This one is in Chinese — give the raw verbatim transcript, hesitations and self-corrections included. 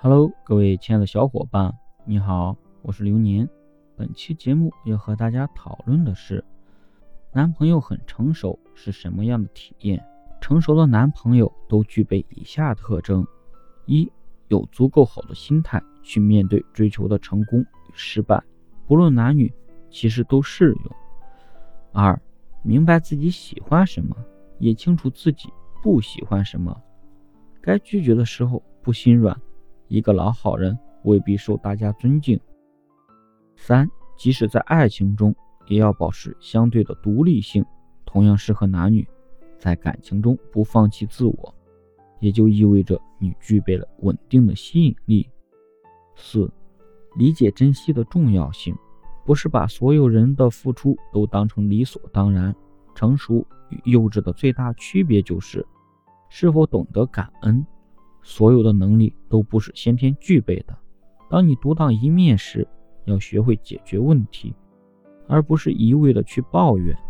Hello， 各位亲爱的小伙伴，你好，我是流年。本期节目要和大家讨论的是，男朋友很成熟是什么样的体验？成熟的男朋友都具备以下特征：一、有足够好的心态去面对追求的成功与失败，不论男女，其实都适用。二、明白自己喜欢什么，也清楚自己不喜欢什么，该拒绝的时候不心软。一个老好人未必受大家尊敬。三、即使在爱情中也要保持相对的独立性，同样适合男女，在感情中不放弃自我，也就意味着你具备了稳定的吸引力。四、理解珍惜的重要性，不是把所有人的付出都当成理所当然。成熟与幼稚的最大区别就是是否懂得感恩。所有的能力都不是先天具备的，当你独当一面时，要学会解决问题，而不是一味的去抱怨。